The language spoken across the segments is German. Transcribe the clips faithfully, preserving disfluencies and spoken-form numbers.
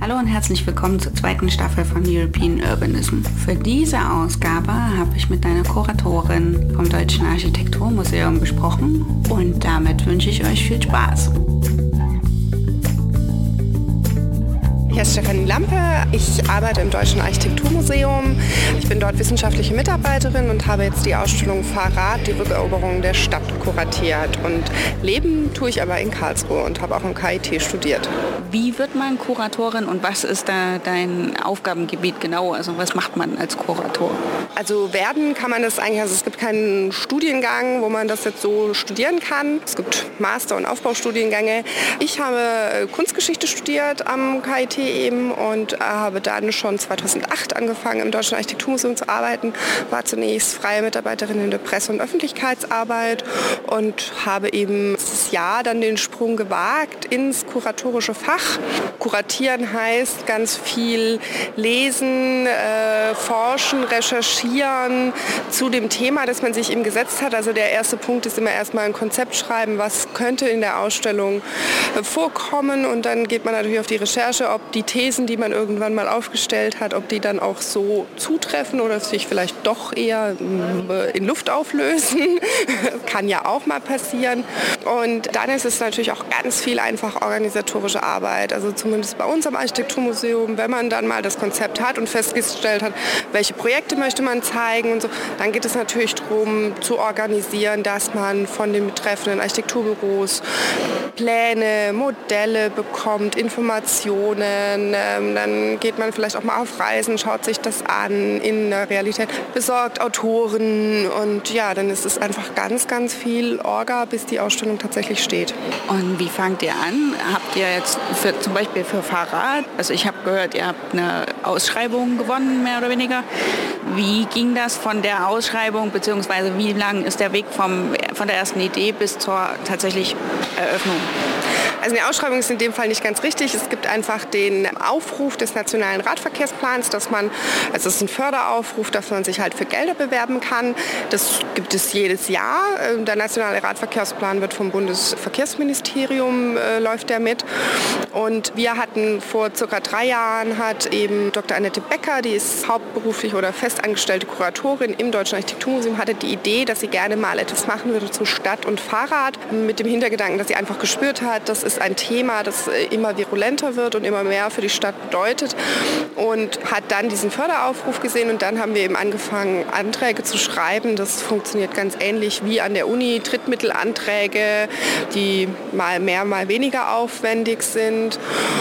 Hallo und herzlich willkommen zur zweiten Staffel von European Urbanism. Für diese Ausgabe habe ich mit einer Kuratorin vom Deutschen Architekturmuseum gesprochen und damit wünsche ich euch viel Spaß. Ich heiße Stefanie Lampe, ich arbeite im Deutschen Architekturmuseum. Ich bin dort wissenschaftliche Mitarbeiterin und habe jetzt die Ausstellung Fahrrad, die Rückeroberung der Stadt, kuratiert. Und leben tue ich aber in Karlsruhe und habe auch am K I T studiert. Wie wird man Kuratorin und was ist da dein Aufgabengebiet genau? Also was macht man als Kurator? Also werden kann man das eigentlich, also es gibt keinen Studiengang, wo man das jetzt so studieren kann. Es gibt Master- und Aufbaustudiengänge. Ich habe Kunstgeschichte studiert am K I T eben und habe dann schon zweitausendacht angefangen im Deutschen Architekturmuseum zu arbeiten, war zunächst freie Mitarbeiterin in der Presse- und Öffentlichkeitsarbeit und habe eben dieses Jahr dann den Sprung gewagt ins kuratorische Fach. Kuratieren heißt ganz viel lesen, äh, forschen, recherchieren zu dem Thema, das man sich eben gesetzt hat. Also der erste Punkt ist immer erstmal ein Konzept schreiben, was könnte in der Ausstellung äh, vorkommen und dann geht man natürlich auf die Recherche, ob die Thesen, die man irgendwann mal aufgestellt hat, ob die dann auch so zutreffen oder sich vielleicht doch eher in Luft auflösen. Kann ja auch mal passieren. Und dann ist es natürlich auch ganz viel einfach organisatorische Arbeit. Also zumindest bei uns am Architekturmuseum, wenn man dann mal das Konzept hat und festgestellt hat, welche Projekte möchte man zeigen und so, dann geht es natürlich darum zu organisieren, dass man von den betreffenden Architekturbüros Pläne, Modelle bekommt, Informationen. Dann geht man vielleicht auch mal auf Reisen, schaut sich das an in der Realität, besorgt Autoren und ja, dann ist es einfach ganz, ganz viel Orga, bis die Ausstellung tatsächlich steht. Und wie fangt ihr an? Habt ihr jetzt für, zum Beispiel für Fahrrad, also ich habe gehört, ihr habt eine Ausschreibung gewonnen, mehr oder weniger. Wie ging das von der Ausschreibung, beziehungsweise wie lang ist der Weg vom, von der ersten Idee bis zur tatsächlich Eröffnung? Also eine Ausschreibung ist in dem Fall nicht ganz richtig. Es gibt einfach den Aufruf des Nationalen Radverkehrsplans, dass man, also es ist ein Förderaufruf, dass man sich halt für Gelder bewerben kann. Das gibt es jedes Jahr. Der Nationale Radverkehrsplan wird vom Bundesverkehrsministerium, äh, läuft der mit. Und wir hatten vor circa drei Jahren, hat eben Doktor Annette Becker, die ist hauptberuflich oder festangestellte Kuratorin im Deutschen Architekturmuseum, hatte die Idee, dass sie gerne mal etwas machen würde zu Stadt und Fahrrad, mit dem Hintergedanken, dass sie einfach gespürt hat, das ist ein Thema, das immer virulenter wird und immer mehr für die Stadt bedeutet und hat dann diesen Förderaufruf gesehen und dann haben wir eben angefangen, Anträge zu schreiben. Das funktioniert ganz ähnlich wie an der Uni, Drittmittelanträge, die mal mehr, mal weniger aufwendig sind.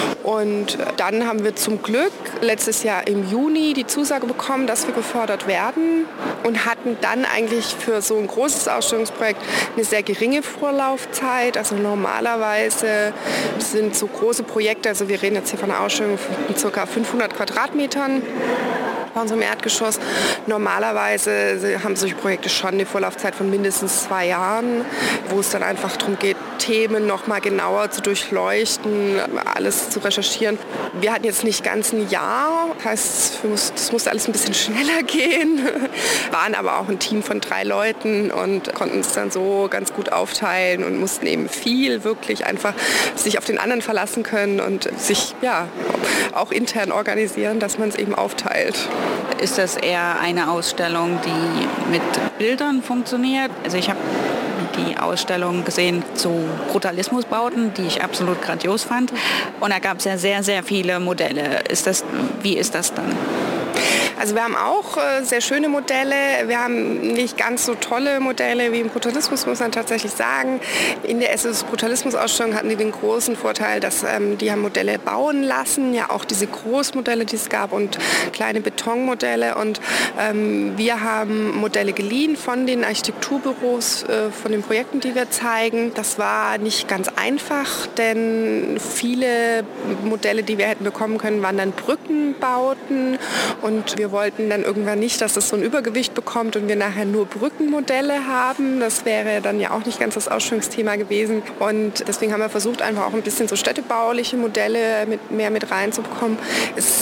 Und dann haben wir zum Glück letztes Jahr im Juni die Zusage bekommen, dass wir gefördert werden und hatten dann eigentlich für so ein großes Ausstellungsprojekt eine sehr geringe Vorlaufzeit. Also normalerweise sind so große Projekte, also wir reden jetzt hier von einer Ausstellung von ca. fünfhundert Quadratmetern bei unserem Erdgeschoss. Normalerweise haben solche Projekte schon eine Vorlaufzeit von mindestens zwei Jahren, wo es dann einfach darum geht, Themen noch mal genauer zu durchleuchten, alles zu recherchieren. Wir hatten jetzt nicht ganz ein Jahr, das heißt, es musste alles ein bisschen schneller gehen, waren aber auch ein Team von drei Leuten und konnten es dann so ganz gut aufteilen und mussten eben viel wirklich einfach sich auf den anderen verlassen können und sich ja auch intern organisieren, dass man es eben aufteilt. Ist das eher eine Ausstellung, die mit Bildern funktioniert? Also ich habe die Ausstellung gesehen zu Brutalismusbauten, die ich absolut grandios fand. Und da gab es ja sehr, sehr viele Modelle. Ist das, wie ist das dann? Also wir haben auch äh, sehr schöne Modelle. Wir haben nicht ganz so tolle Modelle wie im Brutalismus, muss man tatsächlich sagen. In der S S Brutalismus-Ausstellung hatten die den großen Vorteil, dass ähm, die haben Modelle bauen lassen, ja auch diese Großmodelle, die es gab und kleine Betonmodelle. Und ähm, wir haben Modelle geliehen von den Architekturbüros, äh, von den Projekten, die wir zeigen. Das war nicht ganz einfach, denn viele Modelle, die wir hätten bekommen können, waren dann Brückenbauten und wir wollten dann irgendwann nicht, dass es so ein Übergewicht bekommt und wir nachher nur Brückenmodelle haben. Das wäre dann ja auch nicht ganz das Ausstellungsthema gewesen. Und deswegen haben wir versucht, einfach auch ein bisschen so städtebauliche Modelle mit, mehr mit reinzubekommen. Es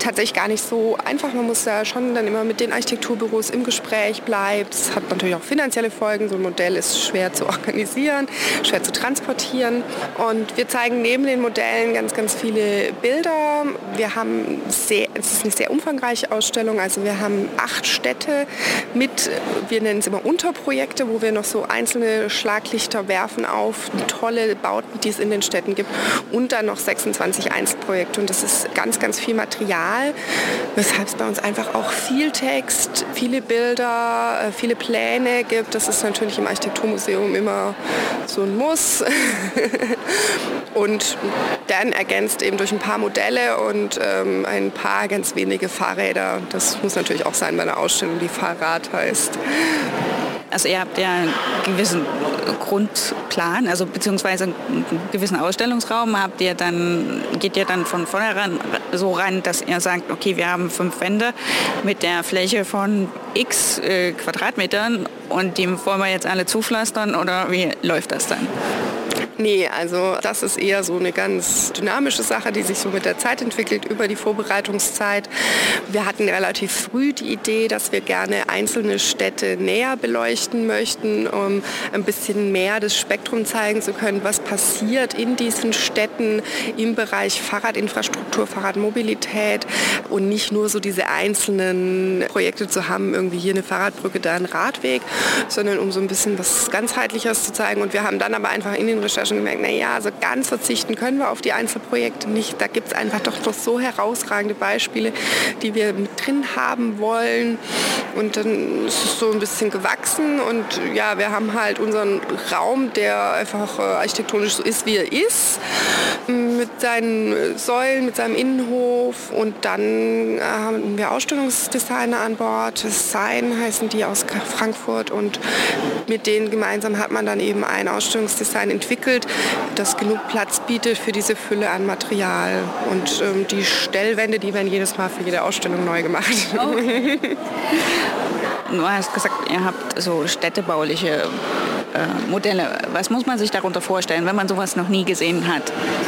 tatsächlich gar nicht so einfach. Man muss da schon dann immer mit den Architekturbüros im Gespräch bleiben. Das hat natürlich auch finanzielle Folgen. So ein Modell ist schwer zu organisieren, schwer zu transportieren. Und wir zeigen neben den Modellen ganz, ganz viele Bilder. Wir haben sehr, es ist eine sehr umfangreiche Ausstellung. Also wir haben acht Städte mit, wir nennen es immer Unterprojekte, wo wir noch so einzelne Schlaglichter werfen auf tolle Bauten, die es in den Städten gibt. Und dann noch sechsundzwanzig Einzelprojekte. Und das ist ganz, ganz viel Material, weshalb es bei uns einfach auch viel Text, viele Bilder, viele Pläne gibt. Das ist natürlich im Architekturmuseum immer so ein Muss. Und dann ergänzt eben durch ein paar Modelle und ähm, ein paar ganz wenige Fahrräder. Das muss natürlich auch sein bei einer Ausstellung, die Fahrrad heißt. Also ihr habt ja einen gewissen Grundplan, also beziehungsweise einen gewissen Ausstellungsraum, habt ihr dann, geht ihr dann von vornherein so ran, dass ihr sagt, okay, wir haben fünf Wände mit der Fläche von x äh, Quadratmetern und die wollen wir jetzt alle zupflastern oder wie läuft das dann? Nee, also das ist eher so eine ganz dynamische Sache, die sich so mit der Zeit entwickelt, über die Vorbereitungszeit. Wir hatten relativ früh die Idee, dass wir gerne einzelne Städte näher beleuchten möchten, um ein bisschen mehr das Spektrum zeigen zu können, was passiert in diesen Städten im Bereich Fahrradinfrastruktur, Fahrradmobilität und nicht nur so diese einzelnen Projekte zu haben, irgendwie hier eine Fahrradbrücke, da ein Radweg, sondern um so ein bisschen was ganzheitliches zu zeigen. Und wir haben dann aber einfach in den Recherchen schon gemerkt, naja, also ganz verzichten können wir auf die Einzelprojekte nicht. Da gibt es einfach doch, doch so herausragende Beispiele, die wir mit drin haben wollen. Und dann ist es so ein bisschen gewachsen. Und ja, wir haben halt unseren Raum, der einfach äh, architektonisch so ist, wie er ist, mit seinen Säulen, mit seinem Innenhof. Und dann äh, haben wir Ausstellungsdesigner an Bord. Design heißen die aus Frankfurt. Und mit denen gemeinsam hat man dann eben ein Ausstellungsdesign entwickelt, das genug Platz bietet für diese Fülle an Material. Und ähm, die Stellwände, die werden jedes Mal für jede Ausstellung neu gemacht. Oh. Du hast gesagt, ihr habt so städtebauliche äh, Modelle. Was muss man sich darunter vorstellen, wenn man sowas noch nie gesehen hat?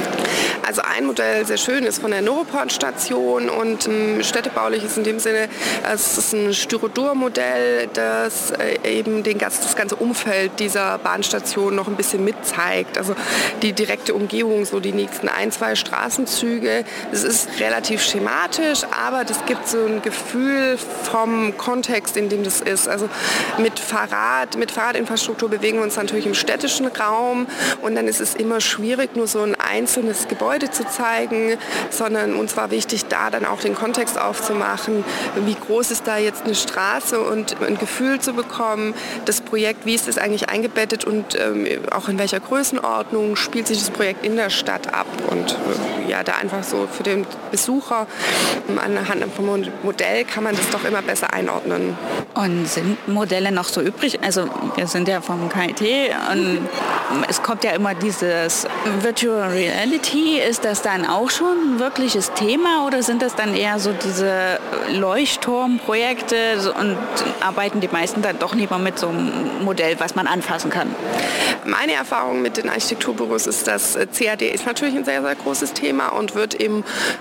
Also ein Modell, sehr schön, ist von der Neuroport-Station und ähm, städtebaulich ist in dem Sinne, es ist ein Styrodur-Modell, das äh, eben den, das ganze Umfeld dieser Bahnstation noch ein bisschen mitzeigt. Also die direkte Umgebung, so die nächsten ein, zwei Straßenzüge. Es ist relativ schematisch, aber das gibt so ein Gefühl vom Kontext, in dem das ist. Also mit Fahrrad, mit Fahrradinfrastruktur bewegen wir uns natürlich im städtischen Raum und dann ist es immer schwierig, nur so ein einzelnes Gebäude zu zeigen, sondern uns war wichtig, da dann auch den Kontext aufzumachen, wie groß ist da jetzt eine Straße und ein Gefühl zu bekommen, das Projekt, wie ist es eigentlich eingebettet und ähm, auch in welcher Größenordnung spielt sich das Projekt in der Stadt ab und äh, ja, da einfach so für den Besucher anhand vom Modell kann man das doch immer besser einordnen. Und sind Modelle noch so übrig? Also wir sind ja vom K I T und es kommt ja immer dieses Virtual Reality. Ist das dann auch schon ein wirkliches Thema oder sind das dann eher so diese Leuchtturmprojekte und arbeiten die meisten dann doch lieber mit so einem Modell, was man anfassen kann? Meine Erfahrung mit den Architekturbüros ist, dass C A D ist natürlich ein sehr, sehr großes Thema und wird im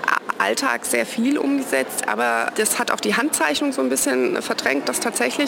Alltag sehr viel umgesetzt, aber das hat auch die Handzeichnung so ein bisschen verdrängt, das tatsächlich.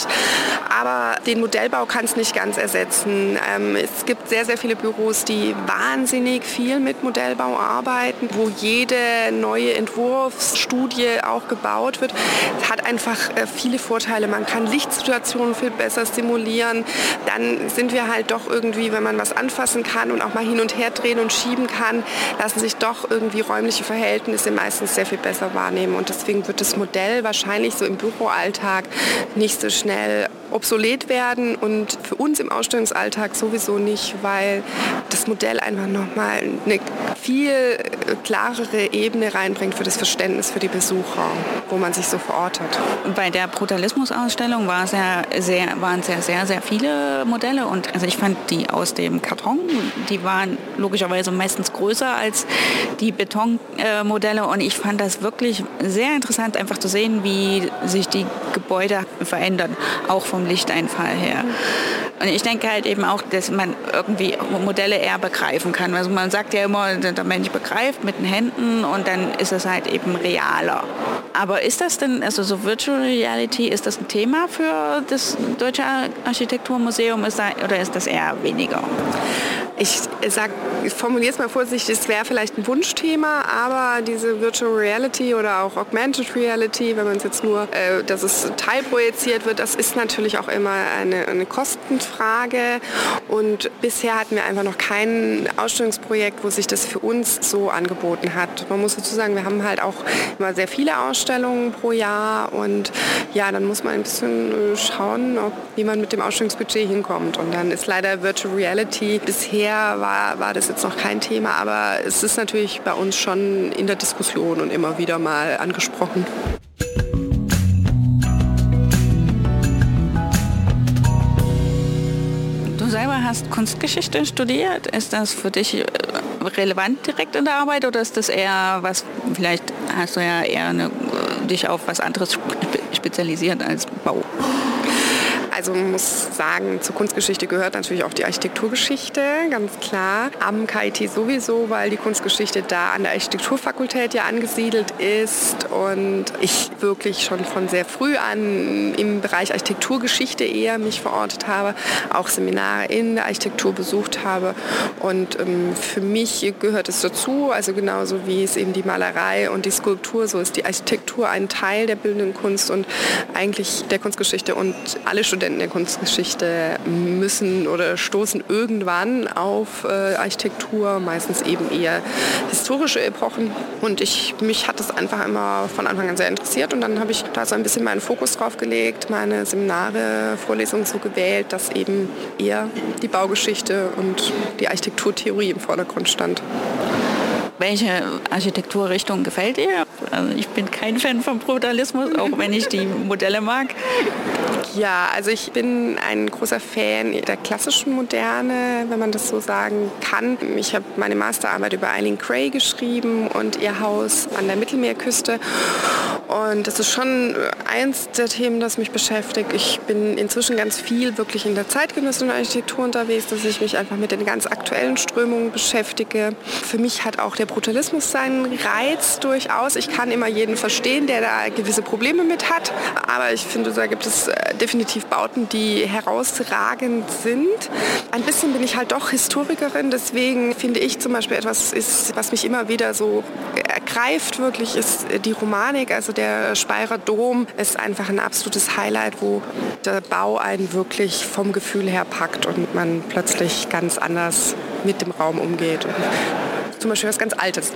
Aber den Modellbau kann es nicht ganz ersetzen. Ähm, es gibt sehr, sehr viele Büros, die wahnsinnig viel mit Modellbau arbeiten, wo jede neue Entwurfsstudie auch gebaut wird. Es hat einfach äh, viele Vorteile. Man kann Lichtsituationen viel besser simulieren. Dann sind wir halt doch irgendwie, wenn man was anfassen kann und auch mal hin und her drehen und schieben kann, lassen sich doch irgendwie räumliche Verhältnisse meistens sehr viel besser wahrnehmen. Und deswegen wird das Modell wahrscheinlich so im Büroalltag nicht so schnell obsolet werden und für uns im Ausstellungsalltag sowieso nicht, weil das Modell einfach nochmal eine viel klarere Ebene reinbringt für das Verständnis für die Besucher, wo man sich so verortet. Bei der Brutalismus-Ausstellung war es ja sehr, waren es ja sehr, sehr viele Modelle und also ich fand die aus dem Karton, die waren logischerweise meistens größer als die Betonmodelle und ich fand das wirklich sehr interessant, einfach zu sehen, wie sich die Gebäude verändern, auch vom Lichteinfall her. Und ich denke halt eben auch, dass man irgendwie Modelle eher begreifen kann. Also man sagt ja immer, der Mensch begreift mit den Händen und dann ist es halt eben realer. Aber ist das denn, also so Virtual Reality, ist das ein Thema für das Deutsche Architekturmuseum ist da, oder ist das eher weniger? Ich sag, ich formuliere es mal vorsichtig, es wäre vielleicht ein Wunschthema, aber diese Virtual Reality oder auch Augmented Reality, wenn man es jetzt nur, äh, dass es teilprojiziert wird, das ist natürlich auch immer eine, eine Kostenfrage. Und bisher hatten wir einfach noch kein Ausstellungsprojekt, wo sich das für uns so angeboten hat. Man muss dazu sagen, wir haben halt auch immer sehr viele Ausstellungen pro Jahr und ja, dann muss man ein bisschen schauen, ob, wie man mit dem Ausstellungsbudget hinkommt. Und dann ist leider Virtual Reality bisher War, war das jetzt noch kein Thema, aber es ist natürlich bei uns schon in der Diskussion und immer wieder mal angesprochen. Du selber hast Kunstgeschichte studiert. Ist das für dich relevant direkt in der Arbeit oder ist das eher was, vielleicht hast du ja eher eine, dich auf was anderes spezialisiert als Bau? Also man muss sagen, zur Kunstgeschichte gehört natürlich auch die Architekturgeschichte, ganz klar. Am K I T sowieso, weil die Kunstgeschichte da an der Architekturfakultät ja angesiedelt ist und ich wirklich schon von sehr früh an im Bereich Architekturgeschichte eher mich verortet habe, auch Seminare in der Architektur besucht habe und ähm, für mich gehört es dazu, also genauso wie es eben die Malerei und die Skulptur, so ist die Architektur ein Teil der bildenden Kunst und eigentlich der Kunstgeschichte und alle Studenten der Kunstgeschichte müssen oder stoßen irgendwann auf äh, Architektur, meistens eben eher historische Epochen. Und ich, mich hat das einfach immer von Anfang an sehr interessiert und dann habe ich da so ein bisschen meinen Fokus drauf gelegt, meine Seminare, Vorlesungen so gewählt, dass eben eher die Baugeschichte und die Architekturtheorie im Vordergrund stand. Welche Architekturrichtung gefällt dir? Also ich bin kein Fan vom Brutalismus, auch wenn ich die Modelle mag. Ja, also ich bin ein großer Fan der klassischen Moderne, wenn man das so sagen kann. Ich habe meine Masterarbeit über Eileen Gray geschrieben und ihr Haus an der Mittelmeerküste. Und das ist schon eins der Themen, das mich beschäftigt. Ich bin inzwischen ganz viel wirklich in der zeitgenössischen Architektur unterwegs, dass ich mich einfach mit den ganz aktuellen Strömungen beschäftige. Für mich hat auch der Brutalismus seinen Reiz durchaus. Ich kann immer jeden verstehen, der da gewisse Probleme mit hat. Aber ich finde, da gibt es definitiv Bauten, die herausragend sind. Ein bisschen bin ich halt doch Historikerin, deswegen finde ich zum Beispiel etwas, ist, was mich immer wieder so ergreift, wirklich ist die Romanik, also der Speyerer Dom ist einfach ein absolutes Highlight, wo der Bau einen wirklich vom Gefühl her packt und man plötzlich ganz anders mit dem Raum umgeht. Und zum Beispiel was ganz Altes.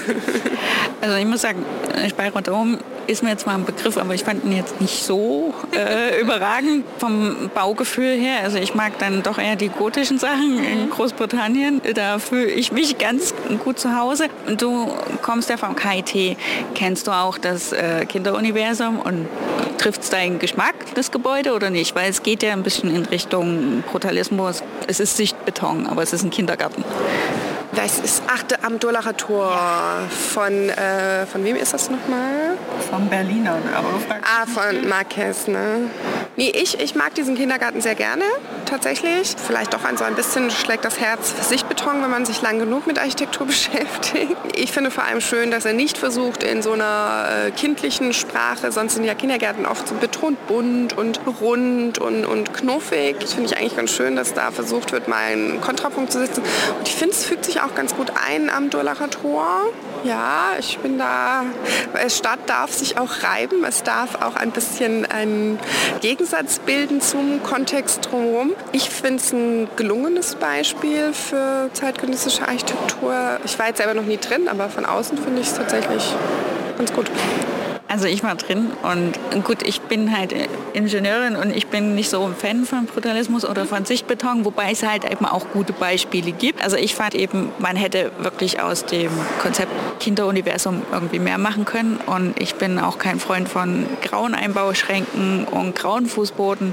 Also ich muss sagen, Speyerer Dom ist mir jetzt mal ein Begriff, aber ich fand ihn jetzt nicht so äh, überragend vom Baugefühl her. Also ich mag dann doch eher die gotischen Sachen in Großbritannien. Da fühle ich mich ganz gut zu Hause. Du kommst ja vom K I T. Kennst du auch das äh, Kinderuniversum und trifft es deinen Geschmack, das Gebäude, oder nicht? Weil es geht ja ein bisschen in Richtung Brutalismus. Es ist Sichtbeton, aber es ist ein Kindergarten. Das ist achte am Durlacher Tor. Von, äh, von wem ist das nochmal? Von Berliner. Aber ah, von Marquez, ne? Nee, ich, ich mag diesen Kindergarten sehr gerne, tatsächlich. Vielleicht doch ein so ein bisschen schlägt das Herz für Sichtbeton, wenn man sich lang genug mit Architektur beschäftigt. Ich finde vor allem schön, dass er nicht versucht, in so einer äh, kindlichen Sprache, sonst sind ja Kindergärten oft so betont bunt und rund und, und knuffig. Das finde ich eigentlich ganz schön, dass da versucht wird, mal einen Kontrapunkt zu setzen. Und ich finde, es fügt sich auch ganz gut ein am Durlacher Tor. Ja, ich bin da, Stadt darf sich auch reiben, es darf auch ein bisschen einen Gegensatz bilden zum Kontext drumherum. Ich finde es ein gelungenes Beispiel für zeitgenössische Architektur. Ich war jetzt selber noch nie drin, aber von außen finde ich es tatsächlich ganz gut. Also ich war drin und gut, ich bin halt Ingenieurin und ich bin nicht so ein Fan von Brutalismus oder von Sichtbeton, wobei es halt eben auch gute Beispiele gibt. Also ich fand eben, man hätte wirklich aus dem Konzept Kinderuniversum irgendwie mehr machen können und ich bin auch kein Freund von grauen Einbauschränken und grauen Fußboden.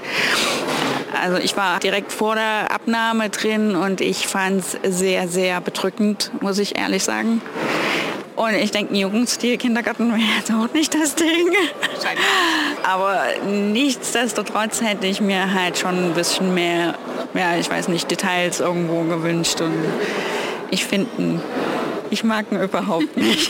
Also ich war direkt vor der Abnahme drin und ich fand es sehr, sehr bedrückend, muss ich ehrlich sagen. Und ich denke, ein Jugendstil-Kindergarten wäre jetzt auch nicht das Ding. Aber nichtsdestotrotz hätte ich mir halt schon ein bisschen mehr ja, ich weiß nicht, Details irgendwo gewünscht. Und ich finde, ich mag ihn überhaupt nicht.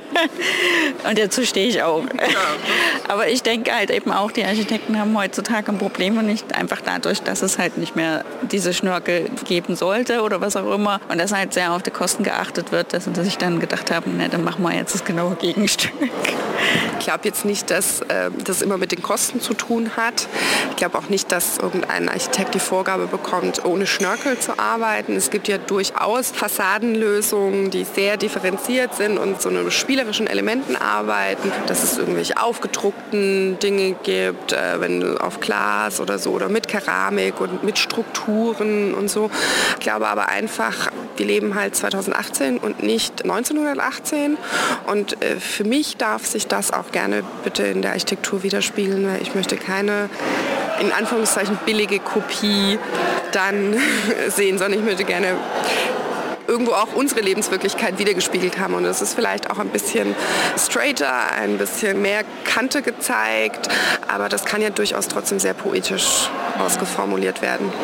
Und dazu stehe ich auch. Aber ich denke halt eben auch, die Architekten haben heutzutage ein Problem und nicht einfach dadurch, dass es halt nicht mehr diese Schnörkel geben sollte oder was auch immer. Und dass halt sehr auf die Kosten geachtet wird, dass sie sich dann gedacht haben, na, dann machen wir jetzt das genaue Gegenstück. Ich glaube jetzt nicht, dass äh, das immer mit den Kosten zu tun hat. Ich glaube auch nicht, dass irgendein Architekt die Vorgabe bekommt, ohne Schnörkel zu arbeiten. Es gibt ja durchaus Fassadenlösungen, die sehr differenziert sind und so mit spielerischen Elementen arbeiten, dass es irgendwelche aufgedruckten Dinge gibt, äh, wenn auf Glas oder so oder mit Keramik und mit Strukturen und so. Ich glaube aber einfach, wir leben halt zweitausendachtzehn und nicht neunzehnhundertachtzehn und äh, für mich darf sich das auch gerne bitte in der Architektur widerspiegeln, weil ich möchte keine in Anführungszeichen billige Kopie dann sehen, sondern ich möchte gerne irgendwo auch unsere Lebenswirklichkeit wiedergespiegelt haben. Und es ist vielleicht auch ein bisschen straighter, ein bisschen mehr Kante gezeigt, aber das kann ja durchaus trotzdem sehr poetisch ausgeformuliert werden.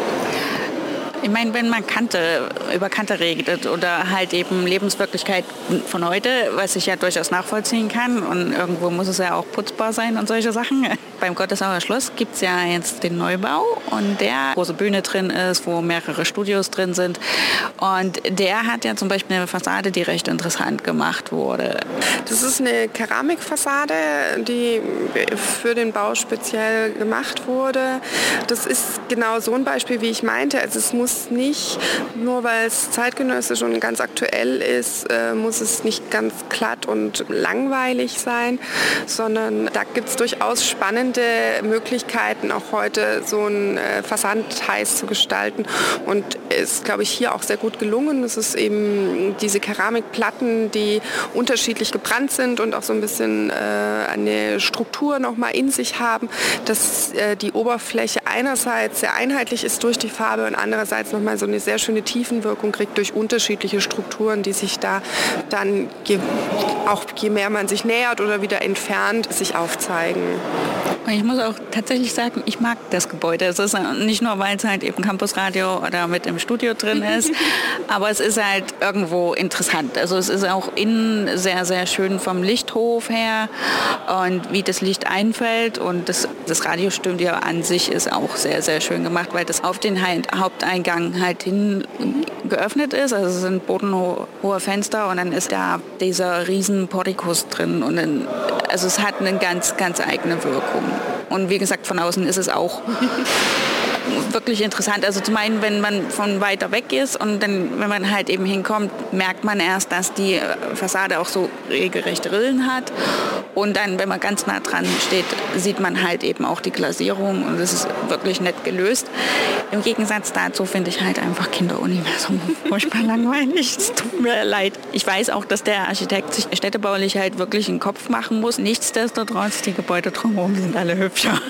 Ich meine, wenn man Kante, über Kante redet oder halt eben Lebenswirklichkeit von heute, was ich ja durchaus nachvollziehen kann und irgendwo muss es ja auch putzbar sein und solche Sachen. Beim Gottesauer Schloss gibt es ja jetzt den Neubau und der große Bühne drin ist, wo mehrere Studios drin sind und der hat ja zum Beispiel eine Fassade, die recht interessant gemacht wurde. Das ist eine Keramikfassade, die für den Bau speziell gemacht wurde. Das ist genau so ein Beispiel, wie ich meinte. Also es muss nicht, nur weil es zeitgenössisch und ganz aktuell ist, äh, muss es nicht ganz glatt und langweilig sein, sondern da gibt es durchaus spannende Möglichkeiten, auch heute so ein äh, Fassadenteils zu gestalten. Und es ist, glaube ich, hier auch sehr gut gelungen. Es ist eben diese Keramikplatten, die unterschiedlich gebrannt sind und auch so ein bisschen äh, eine Struktur nochmal in sich haben, dass äh, die Oberfläche einerseits sehr einheitlich ist durch die Farbe und andererseits nochmal so eine sehr schöne Tiefenwirkung kriegt durch unterschiedliche Strukturen, die sich da dann, je, auch je mehr man sich nähert oder wieder entfernt, sich aufzeigen. Und ich muss auch tatsächlich sagen, ich mag das Gebäude. Es ist nicht nur, weil es halt eben Campusradio oder mit im Studio drin ist, aber es ist halt irgendwo interessant. Also es ist auch innen sehr, sehr schön vom Lichthof her und wie das Licht einfällt und das, das Radiostudio an sich ist auch sehr, sehr schön gemacht, weil das auf den Haupteingang halt hin geöffnet ist. Also es sind bodenhohe Fenster und dann ist da dieser riesen Portikus drin und dann, also es hat eine ganz, ganz eigene Wirkung. Und wie gesagt, von außen ist es auch wirklich interessant. Also zum einen, wenn man von weiter weg ist und dann, wenn man halt eben hinkommt, merkt man erst, dass die Fassade auch so regelrechte Rillen hat. Und dann, wenn man ganz nah dran steht, sieht man halt eben auch die Glasierung und es ist wirklich nett gelöst. Im Gegensatz dazu finde ich halt einfach Kinderuniversum furchtbar langweilig. Es tut mir leid. Ich weiß auch, dass der Architekt sich städtebaulich halt wirklich einen Kopf machen muss. Nichtsdestotrotz, die Gebäude drumherum sind alle hübscher.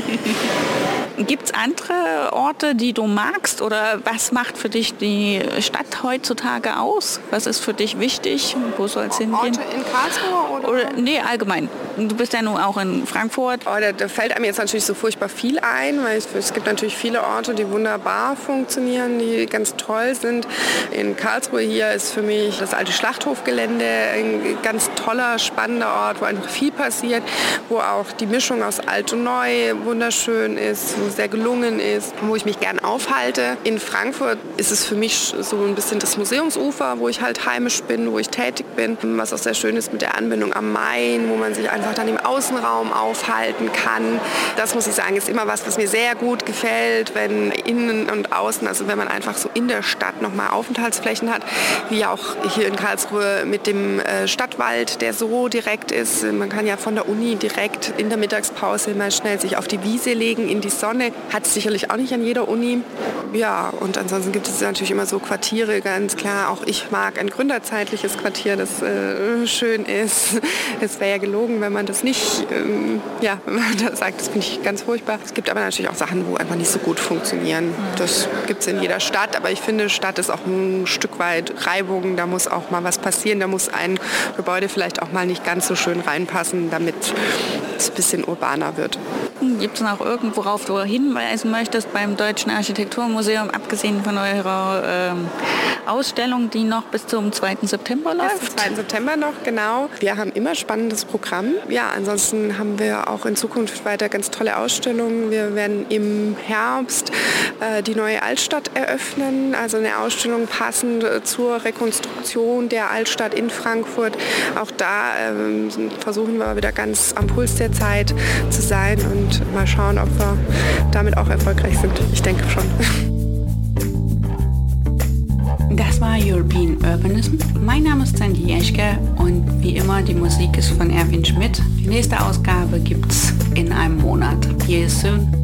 Gibt es andere Orte, die du magst oder was macht für dich die Stadt heutzutage aus? Was ist für dich wichtig? Wo soll es hingehen? Orte in Karlsruhe? Oder? Oder, nee, allgemein. Du bist ja nun auch in Frankfurt. Oh, da, da fällt einem jetzt natürlich so furchtbar viel ein, weil es, es gibt natürlich viele Orte, die wunderbar funktionieren, die ganz toll sind. In Karlsruhe hier ist für mich das alte Schlachthofgelände ein ganz toller, spannender Ort, wo einfach viel passiert, wo auch die Mischung aus alt und neu wunderschön ist, wo sehr gelungen ist, wo ich mich gern aufhalte. In Frankfurt ist es für mich so ein bisschen das Museumsufer, wo ich halt heimisch bin, wo ich tätig bin, was auch sehr schön ist mit der Anbindung am Main, wo man sich einfach dann im Außenraum aufhalten kann. Das muss ich sagen, ist immer was, was mir sehr gut gefällt, wenn innen und außen, also wenn man einfach so in der Stadt nochmal Aufenthaltsflächen hat, wie auch hier in Karlsruhe mit dem Stadtwald, der so direkt ist. Man kann ja von der Uni direkt in der Mittagspause mal schnell sich auf die Wiese legen, in die Sonne. Hat es sicherlich auch nicht an jeder Uni. Ja, und ansonsten gibt es natürlich immer so Quartiere, ganz klar. Auch ich mag ein gründerzeitliches Quartier, das äh, schön ist. Es wäre ja gelogen, wenn man das nicht, ähm, ja, wenn man das sagt, das finde ich ganz furchtbar. Es gibt aber natürlich auch Sachen, wo einfach nicht so gut funktionieren. Das gibt es in jeder Stadt, aber ich finde, Stadt ist auch ein Stück weit Reibung. Da muss auch mal was passieren. Da muss ein Gebäude vielleicht auch mal nicht ganz so schön reinpassen, damit es ein bisschen urbaner wird. gucken. Gibt es noch irgendwo, worauf du hinweisen möchtest beim Deutschen Architekturmuseum, abgesehen von eurer ähm, Ausstellung, die noch bis zum zweiten September läuft? Bis zum zweiten September noch, genau. Wir haben immer spannendes Programm. Ja, ansonsten haben wir auch in Zukunft weiter ganz tolle Ausstellungen. Wir werden im Herbst äh, die neue Altstadt eröffnen, also eine Ausstellung passend äh, zur Rekonstruktion der Altstadt in Frankfurt. Auch da ähm, versuchen wir wieder ganz am Puls der Zeit zu sein und mal schauen, ob wir damit auch erfolgreich sind. Ich denke schon. Das war European Urbanism. Mein Name ist Sandy Jeschke und wie immer, die Musik ist von Erwin Schmidt. Die nächste Ausgabe gibt's in einem Monat. See you soon.